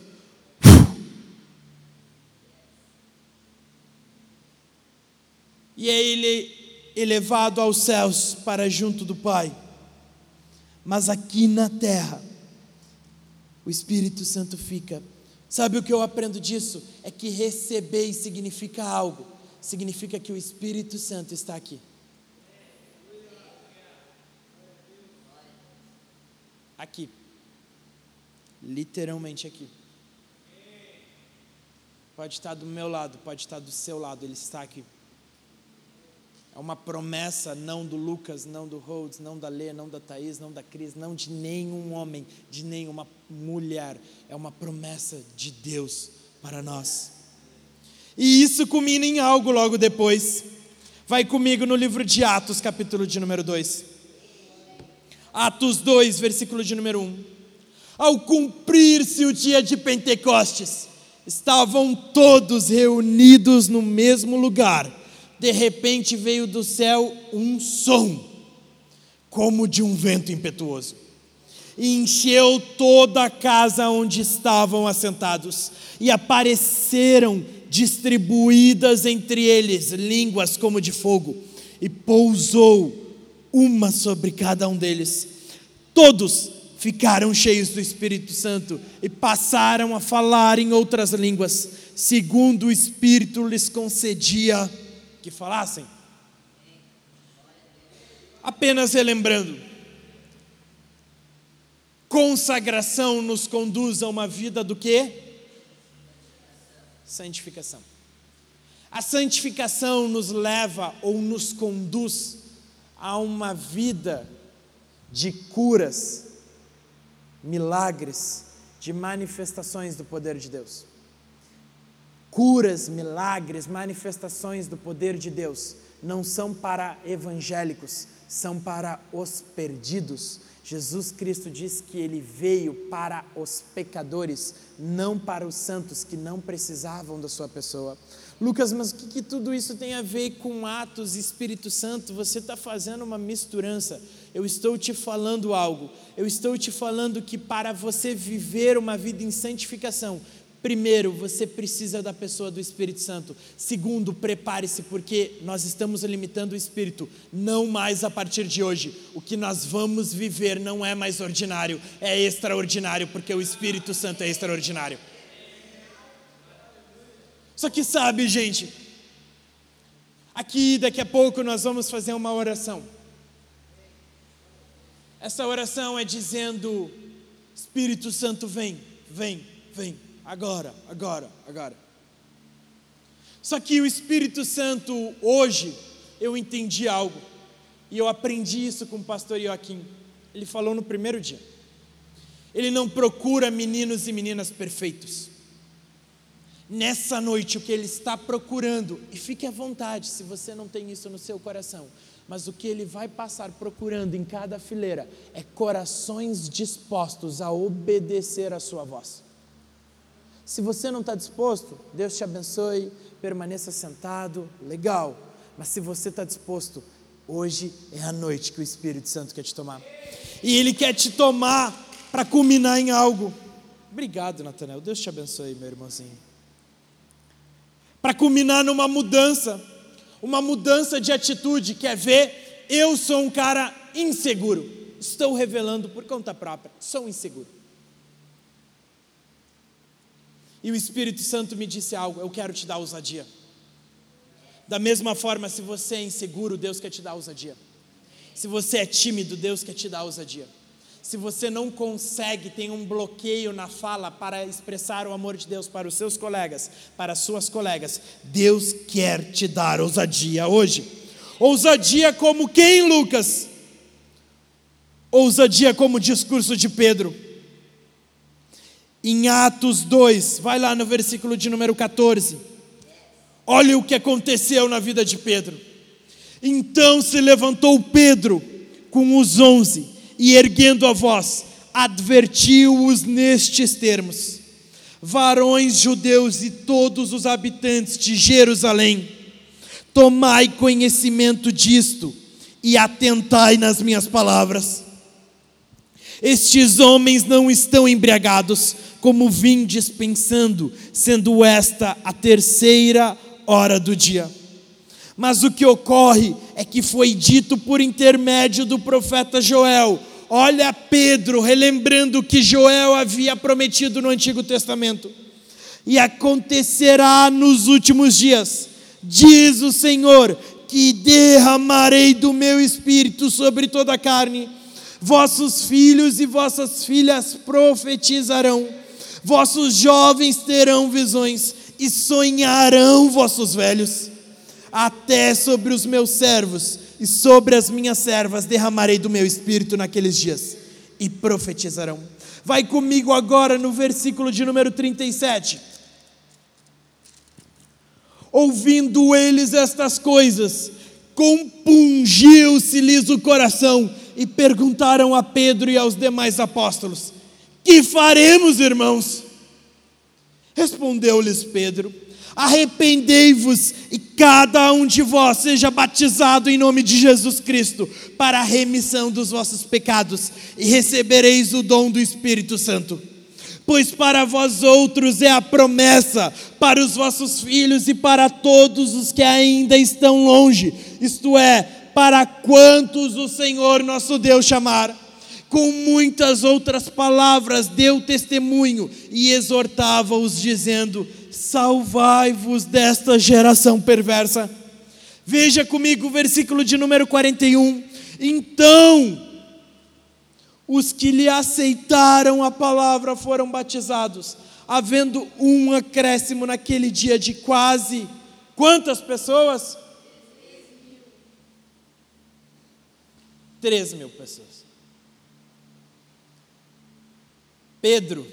E é ele elevado aos céus para junto do Pai. Mas aqui na terra, o Espírito Santo fica. Sabe o que eu aprendo disso? É que receber significa algo. Significa que o Espírito Santo está aqui. Aqui. Literalmente aqui. Pode estar do meu lado, pode estar do seu lado, ele está aqui. É uma promessa, não do Lucas, não do Rhodes, não da Lê, não da Thaís, não da Cris, não de nenhum homem, de nenhuma mulher. É uma promessa de Deus para nós. E isso culmina em algo logo depois. Vai comigo no livro de Atos, capítulo de número 2. Atos 2, versículo de número 1. Ao cumprir-se o dia de Pentecostes, estavam todos reunidos no mesmo lugar. De repente veio do céu um som, como de um vento impetuoso, e encheu toda a casa onde estavam assentados, e apareceram distribuídas entre eles línguas como de fogo, e pousou uma sobre cada um deles. Todos ficaram cheios do Espírito Santo e passaram a falar em outras línguas, segundo o Espírito lhes concedia que falassem. Apenas relembrando, consagração nos conduz a uma vida do quê? Santificação. A santificação nos leva ou nos conduz a uma vida de curas, milagres, de manifestações do poder de Deus. Curas, milagres, manifestações do poder de Deus não são para evangélicos, são para os perdidos. Jesus Cristo diz que Ele veio para os pecadores, não para os santos que não precisavam da sua pessoa. Lucas, mas o que tudo isso tem a ver com Atos e Espírito Santo? Você está fazendo uma misturança. Eu estou te falando algo. Eu estou te falando que para você viver uma vida em santificação, primeiro, você precisa da pessoa do Espírito Santo. Segundo, prepare-se, porque nós estamos limitando o Espírito. Não mais a partir de hoje. O que nós vamos viver não é mais ordinário, é extraordinário, porque o Espírito Santo é extraordinário. Só que sabe, gente, aqui daqui a pouco nós vamos fazer uma oração. Essa oração é dizendo: Espírito Santo, vem, vem, vem. Agora. Só que o Espírito Santo, hoje, eu entendi algo, e eu aprendi isso com o pastor Joaquim. Ele falou no primeiro dia. Ele não procura meninos e meninas perfeitos. Nessa noite, o que Ele está procurando, e fique à vontade se você não tem isso no seu coração, mas o que Ele vai passar procurando em cada fileira é corações dispostos a obedecer a sua voz. Se você não está disposto, Deus te abençoe, permaneça sentado, legal. Mas se você está disposto, hoje é a noite que o Espírito Santo quer te tomar. E Ele quer te tomar para culminar em algo. Obrigado, Natanael, Deus te abençoe, meu irmãozinho. Para culminar numa mudança, uma mudança de atitude. Quer ver? Eu sou um cara inseguro. Estou revelando por conta própria, sou inseguro. E o Espírito Santo me disse algo: eu quero te dar ousadia. Da mesma forma, se você é inseguro, Deus quer te dar ousadia. Se você é tímido, Deus quer te dar ousadia. Se você não consegue, tem um bloqueio na fala para expressar o amor de Deus para os seus colegas, para as suas colegas, Deus quer te dar ousadia hoje. Ousadia como quem, Lucas? Ousadia como o discurso de Pedro. Em Atos 2, vai lá no versículo de número 14. Olha o que aconteceu na vida de Pedro. Então se levantou Pedro com os 11 e erguendo a voz, advertiu-os nestes termos: varões judeus e todos os habitantes de Jerusalém, tomai conhecimento disto e atentai nas minhas palavras. Estes homens não estão embriagados, como vindes pensando, sendo esta a 3ª hora do dia. Mas o que ocorre é que foi dito por intermédio do profeta Joel. Olha Pedro relembrando o que Joel havia prometido no Antigo Testamento. E acontecerá nos últimos dias, diz o Senhor, que derramarei do meu espírito sobre toda a carne. Vossos filhos e vossas filhas profetizarão, vossos jovens terão visões e sonharão vossos velhos. Até sobre os meus servos e sobre as minhas servas derramarei do meu espírito naqueles dias, e profetizarão. Vai comigo agora no versículo de número 37. Ouvindo eles estas coisas, compungiu-se-lhes o coração, e perguntaram a Pedro e aos demais apóstolos: que faremos, irmãos? Respondeu-lhes Pedro: arrependei-vos e cada um de vós seja batizado em nome de Jesus Cristo para a remissão dos vossos pecados, e recebereis o dom do Espírito Santo. Pois para vós outros é a promessa, para os vossos filhos e para todos os que ainda estão longe, isto é, para quantos o Senhor nosso Deus chamar. Com muitas outras palavras deu testemunho e exortava-os dizendo: salvai-vos desta geração perversa. Veja comigo o versículo de número 41. Então os que lhe aceitaram a palavra foram batizados, havendo um acréscimo naquele dia de quase quantas pessoas? 3.000 pessoas. Pedro,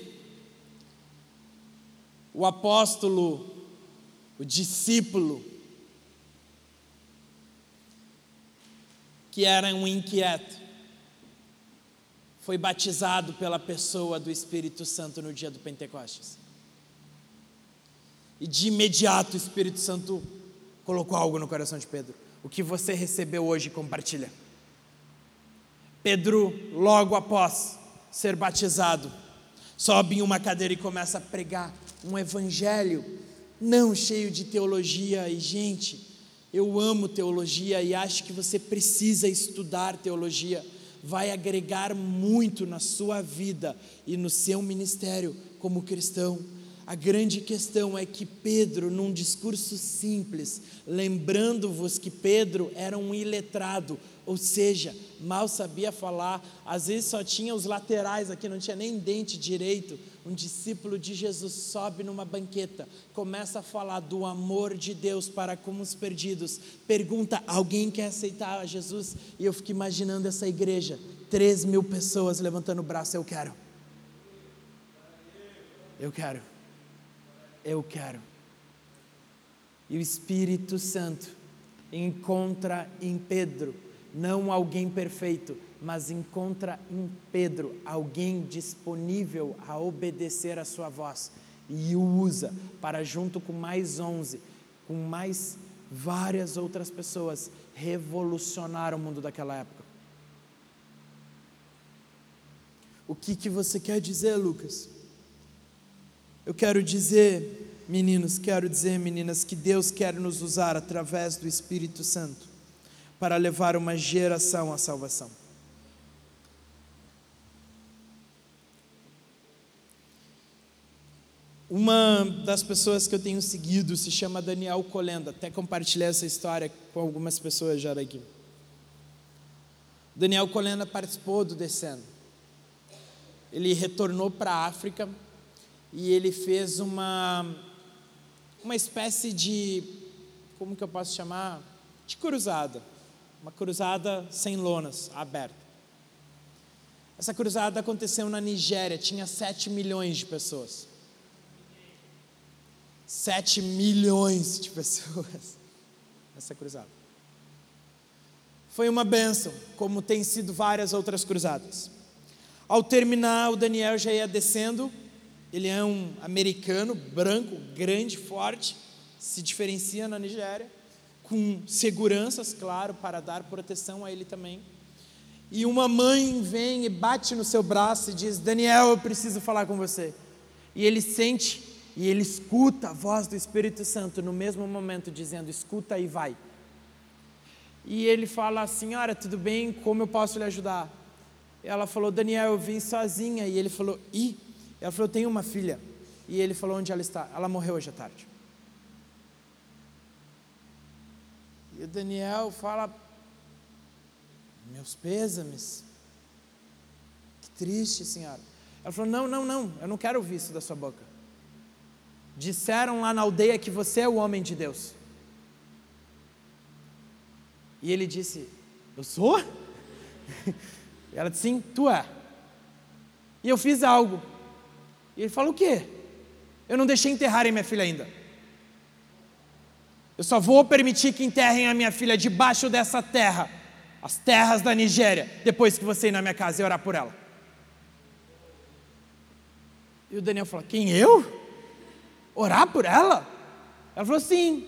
o apóstolo, o discípulo, que era um inquieto, foi batizado pela pessoa do Espírito Santo no dia do Pentecostes. E de imediato o Espírito Santo colocou algo no coração de Pedro. O que você recebeu hoje, compartilha. Pedro, logo após ser batizado, sobe em uma cadeira e começa a pregar um evangelho não cheio de teologia. E gente, eu amo teologia e acho que você precisa estudar teologia. Vai agregar muito na sua vida e no seu ministério como cristão. A grande questão é que Pedro, num discurso simples, lembrando-vos que Pedro era um iletrado, ou seja, mal sabia falar, às vezes só tinha os laterais aqui, não tinha nem dente direito. Um discípulo de Jesus sobe numa banqueta, começa a falar do amor de Deus para com os perdidos, pergunta: alguém quer aceitar a Jesus? E eu fico imaginando essa igreja, 3.000 pessoas levantando o braço: eu quero. E o Espírito Santo encontra em Pedro, não alguém perfeito, mas encontra em Pedro alguém disponível a obedecer a sua voz, e o usa para, junto com mais 11, com mais várias outras pessoas, revolucionar o mundo daquela época. O que você quer dizer, Lucas? Eu quero dizer, meninos, quero dizer, meninas, que Deus quer nos usar através do Espírito Santo para levar uma geração à salvação. Uma das pessoas que eu tenho seguido se chama Daniel Kolenda. Até compartilhei essa história com algumas pessoas já daqui. Daniel Kolenda participou do Descendo. Ele retornou para a África e ele fez uma espécie de, como que eu posso chamar? De cruzada. Uma cruzada sem lonas, aberta. Essa cruzada aconteceu na Nigéria, tinha 7 milhões de pessoas. 7 milhões de pessoas nessa cruzada. Foi uma bênção, como tem sido várias outras cruzadas. Ao terminar, o Daniel já ia descendo. Ele é um americano, branco, grande, forte, se diferencia na Nigéria, com seguranças, claro, para dar proteção a ele também. E uma mãe vem e bate no seu braço e diz: Daniel, eu preciso falar com você. E ele sente e ele escuta a voz do Espírito Santo no mesmo momento dizendo: escuta e vai. E ele fala: senhora, tudo bem? Como eu posso lhe ajudar? Ela falou: Daniel, eu vim sozinha. E ele falou: e? Ela falou: eu tenho uma filha. E ele falou: onde ela está? Ela morreu hoje à tarde. E o Daniel fala: meus pêsames. Que triste, senhora. Ela falou: não, eu não quero ouvir isso da sua boca. Disseram lá na aldeia que você é o homem de Deus. E ele disse: eu sou? E ela disse: sim, tu é. E eu fiz algo. E ele falou: o quê? Eu não deixei enterrarem minha filha ainda. Eu só vou permitir que enterrem a minha filha debaixo dessa terra, as terras da Nigéria, depois que você ir na minha casa e orar por ela. E o Daniel falou: quem, eu? Orar por ela? Ela falou: sim.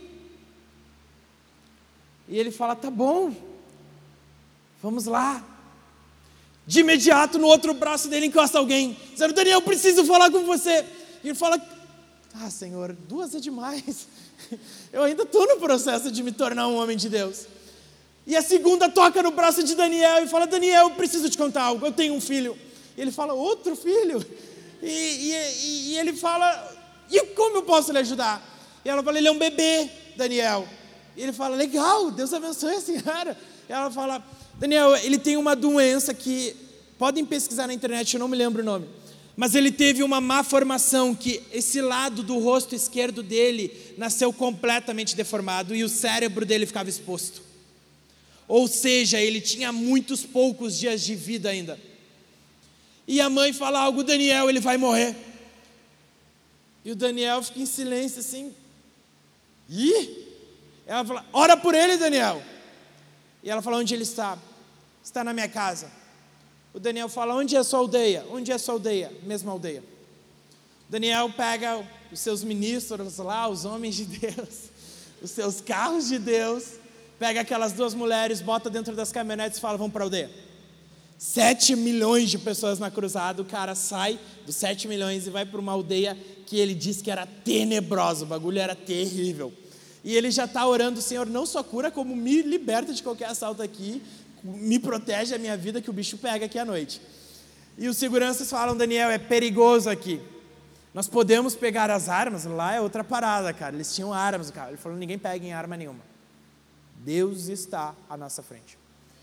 E ele fala: tá bom, vamos lá. De imediato, no outro braço dele encosta alguém, dizendo: Daniel, eu preciso falar com você. E ele fala: ah, Senhor, 2 é demais. Eu ainda estou no processo de me tornar um homem de Deus. E a segunda toca no braço de Daniel e fala: Daniel, eu preciso te contar algo, eu tenho um filho. E ele fala: outro filho? E ele fala: e como eu posso lhe ajudar? E ela fala: ele é um bebê, Daniel. E ele fala: legal, Deus abençoe a senhora. E ela fala: Daniel, ele tem uma doença que, podem pesquisar na internet, eu não me lembro o nome, mas ele teve uma má formação, que esse lado do rosto esquerdo dele nasceu completamente deformado e o cérebro dele ficava exposto. Ou seja, ele tinha muitos poucos dias de vida ainda. E a mãe fala algo: Daniel, ele vai morrer. E o Daniel fica em silêncio assim. E ela fala: ora por ele, Daniel. E ela fala: onde ele está? Está na minha casa. O Daniel fala: onde é a sua aldeia? Onde é a sua aldeia? Mesma aldeia. Daniel pega os seus ministros lá, os homens de Deus, os seus carros de Deus, pega aquelas 2 mulheres, bota dentro das caminhonetes e fala: vamos para a aldeia. 7 milhões de pessoas na cruzada. O cara sai dos 7 milhões e vai para uma aldeia que ele disse que era tenebrosa, o bagulho era terrível. E ele já está orando: Senhor, não só cura, como me liberta de qualquer assalto aqui, me protege a minha vida, que o bicho pega aqui à noite. E os seguranças falam: Daniel, é perigoso aqui, nós podemos pegar as armas, lá é outra parada, cara, eles tinham armas, cara. Ele falou: ninguém pega em arma nenhuma, Deus está à nossa frente.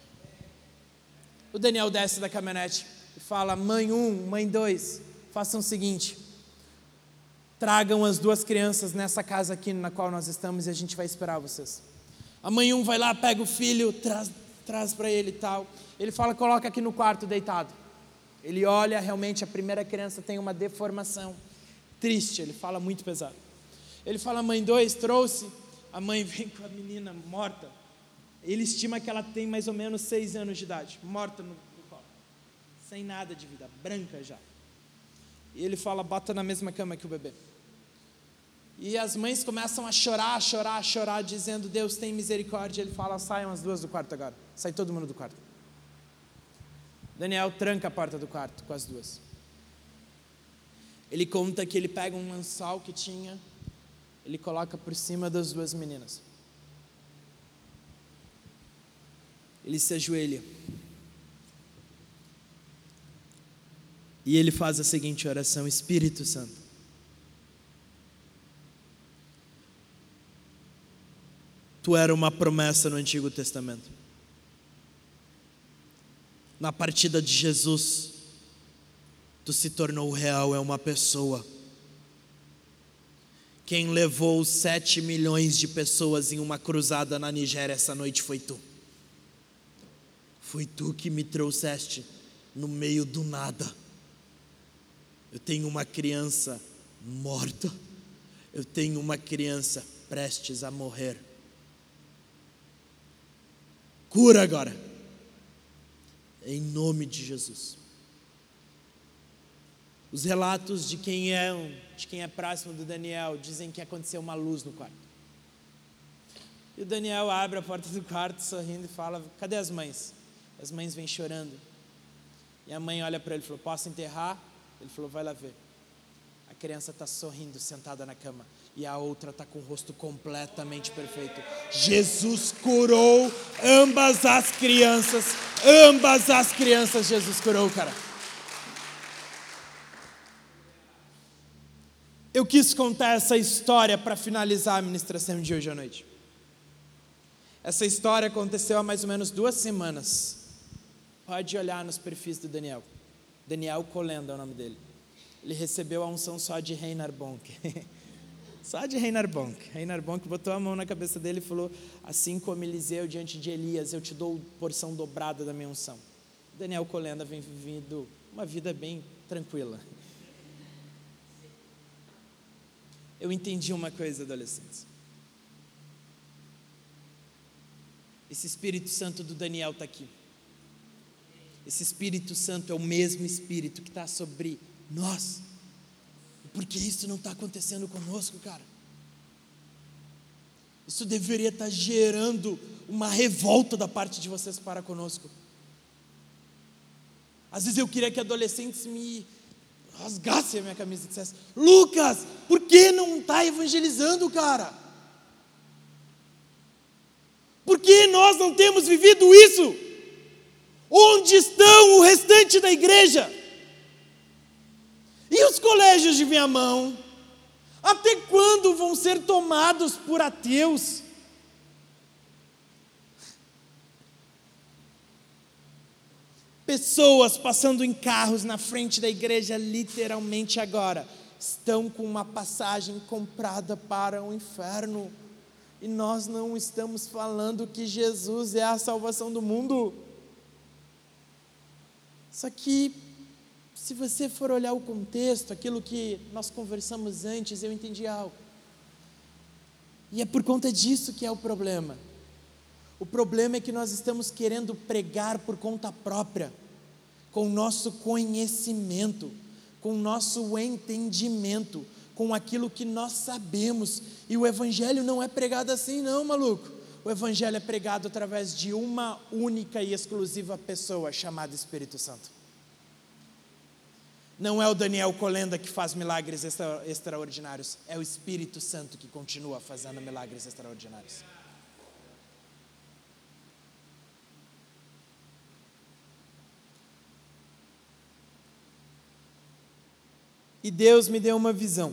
O Daniel desce da caminhonete e fala: mãe 1, mãe 2, façam o seguinte, tragam as 2 crianças nessa casa aqui na qual nós estamos e a gente vai esperar vocês. A mãe 1 vai lá, pega o filho, traz para ele e tal. Ele fala: coloca aqui no quarto deitado. Ele olha, realmente a primeira criança tem uma deformação triste, ele fala muito pesado. Ele fala: mãe 2, trouxe. A mãe vem com a menina morta. Ele estima que ela tem mais ou menos 6 anos de idade, morta no colo, sem nada de vida, branca já. E ele fala: bota na mesma cama que o bebê. E as mães começam a chorar, dizendo: Deus tem misericórdia. Ele fala: saiam as 2 do quarto agora. Sai todo mundo do quarto. Daniel tranca a porta do quarto com as 2. Ele conta que ele pega um lençol que tinha, ele coloca por cima das 2 meninas. Ele se ajoelha. E ele faz a seguinte oração: Espírito Santo, Tu era uma promessa no Antigo Testamento. Na partida de Jesus, tu se tornou real, é uma pessoa. Quem levou 7 milhões de pessoas em uma cruzada na Nigéria essa noite foi tu. Foi tu que me trouxeste no meio do nada. Eu tenho uma criança morta. Eu tenho uma criança prestes a morrer. Cura agora, em nome de Jesus. Os relatos de quem é próximo do Daniel dizem que aconteceu uma luz no quarto. E o Daniel abre a porta do quarto sorrindo e fala: cadê as mães? As mães vêm chorando. E a mãe olha para ele e falou: posso enterrar? Ele falou: vai lá ver. A criança está sorrindo, sentada na cama. E a outra está com o rosto completamente perfeito. Jesus curou ambas as crianças. Ambas as crianças Jesus curou, cara. Eu quis contar essa história para finalizar a ministração de hoje à noite. Essa história aconteceu há mais ou menos 2 semanas. Pode olhar nos perfis do Daniel. Daniel Colenda é o nome dele. Ele recebeu a unção só de Reinar Bonk. Só de Reinar Bonk. Reinar Bonk botou a mão na cabeça dele e falou: assim como Eliseu diante de Elias, eu te dou porção dobrada da minha unção. Daniel Colenda vem vivendo uma vida bem tranquila. Eu entendi uma coisa, adolescentes. Esse Espírito Santo do Daniel está aqui. Esse Espírito Santo é o mesmo Espírito que está sobre nós. Por que isso não está acontecendo conosco, cara? Isso deveria estar gerando uma revolta da parte de vocês para conosco. Às vezes eu queria que adolescentes me rasgassem a minha camisa e dissessem: Lucas, por que não está evangelizando, cara? Por que nós não temos vivido isso? Onde estão o restante da igreja? E os colégios de Viamão? Até quando vão ser tomados por ateus? Pessoas passando em carros na frente da igreja, literalmente agora, estão com uma passagem comprada para o inferno. E nós não estamos falando que Jesus é a salvação do mundo. Só que, se você for olhar o contexto, aquilo que nós conversamos antes, eu entendi algo. E é por conta disso que é o problema. O problema é que nós estamos querendo pregar por conta própria, com o nosso conhecimento, com o nosso entendimento, com aquilo que nós sabemos. E o Evangelho não é pregado assim não, maluco. O Evangelho é pregado através de uma única e exclusiva pessoa, chamada Espírito Santo. Não é o Daniel Colenda que faz milagres extraordinários, é o Espírito Santo que continua fazendo milagres extraordinários. E Deus me deu uma visão.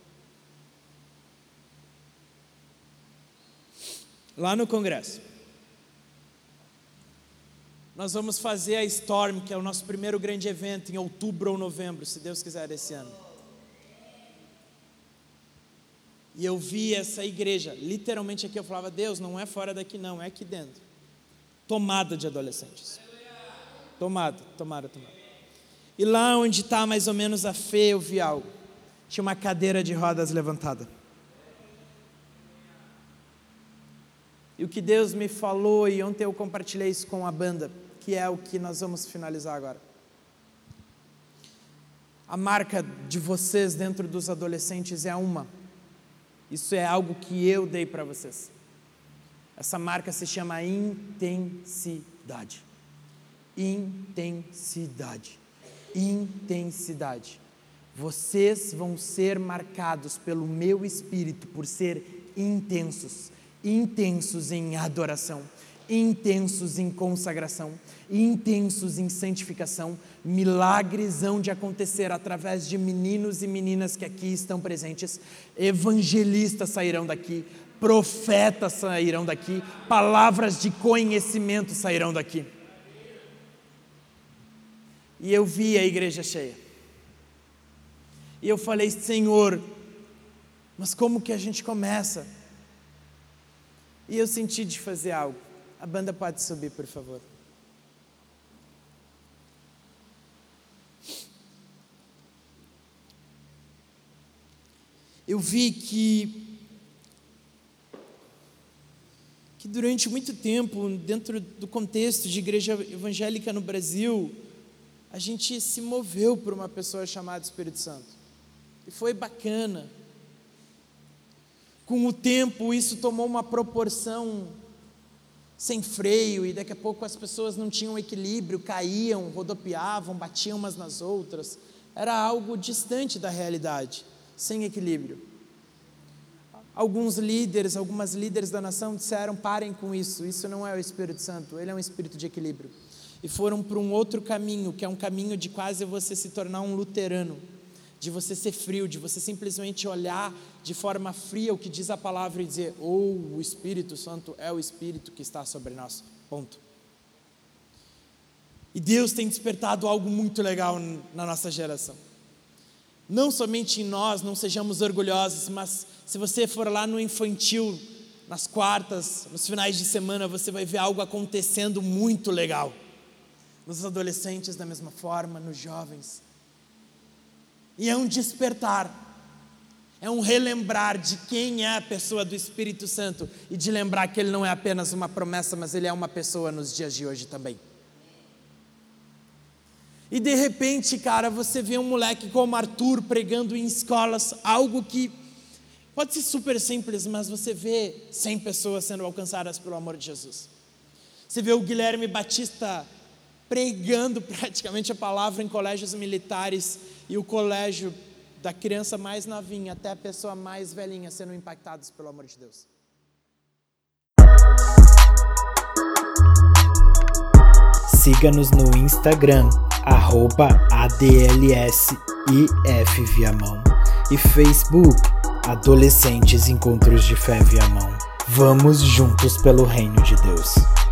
Lá no congresso, nós vamos fazer a Storm, que é o nosso primeiro grande evento, em outubro ou novembro, se Deus quiser, esse ano. E eu vi essa igreja, literalmente aqui eu falava: Deus, não é fora daqui não, é aqui dentro. Tomada de adolescentes. Tomada. E lá onde está mais ou menos a Fê, eu vi algo. Tinha uma cadeira de rodas levantada. E o que Deus me falou, e ontem eu compartilhei isso com a banda, que é o que nós vamos finalizar agora. A marca de vocês dentro dos adolescentes é uma. Isso é algo que eu dei para vocês. Essa marca se chama intensidade. Intensidade. Vocês vão ser marcados pelo meu Espírito por ser intensos em adoração, intensos em consagração, intensos em santificação. Milagres hão de acontecer através de meninos e meninas que aqui estão presentes. Evangelistas sairão daqui, profetas sairão daqui, palavras de conhecimento sairão daqui. E eu vi a igreja cheia. E eu falei: Senhor, mas como que a gente começa? E eu senti de fazer algo. A banda pode subir, por favor. Eu vi que durante muito tempo, dentro do contexto de igreja evangélica no Brasil, a gente se moveu por uma pessoa chamada Espírito Santo. E foi bacana. Com o tempo, isso tomou uma proporção sem freio, e daqui a pouco as pessoas não tinham equilíbrio, caíam, rodopiavam, batiam umas nas outras. Era algo distante da realidade, sem equilíbrio. Alguns líderes, algumas líderes da nação disseram: parem com isso não é o Espírito Santo, ele é um espírito de equilíbrio. E foram para um outro caminho, que é um caminho de quase você se tornar um luterano, de você ser frio, de você simplesmente olhar de forma fria o que diz a palavra e dizer: o Espírito Santo é o Espírito que está sobre nós, ponto. E Deus tem despertado algo muito legal na nossa geração. Não somente em nós, não sejamos orgulhosos, mas se você for lá no infantil, nas quartas, nos finais de semana, você vai ver algo acontecendo muito legal. Nos adolescentes da mesma forma, nos jovens. E é um despertar, é um relembrar de quem é a pessoa do Espírito Santo e de lembrar que ele não é apenas uma promessa, mas ele é uma pessoa nos dias de hoje também. E de repente, cara, você vê um moleque como Arthur pregando em escolas, algo que pode ser super simples, mas você vê 100 pessoas sendo alcançadas pelo amor de Jesus. Você vê o Guilherme Batista pregando praticamente a palavra em colégios militares, e o colégio da criança mais novinha até a pessoa mais velhinha sendo impactados pelo amor de Deus. Siga-nos no Instagram, @ADLSIFViamão, e Facebook, Adolescentes Encontros de Fé Viamão. Vamos juntos pelo reino de Deus.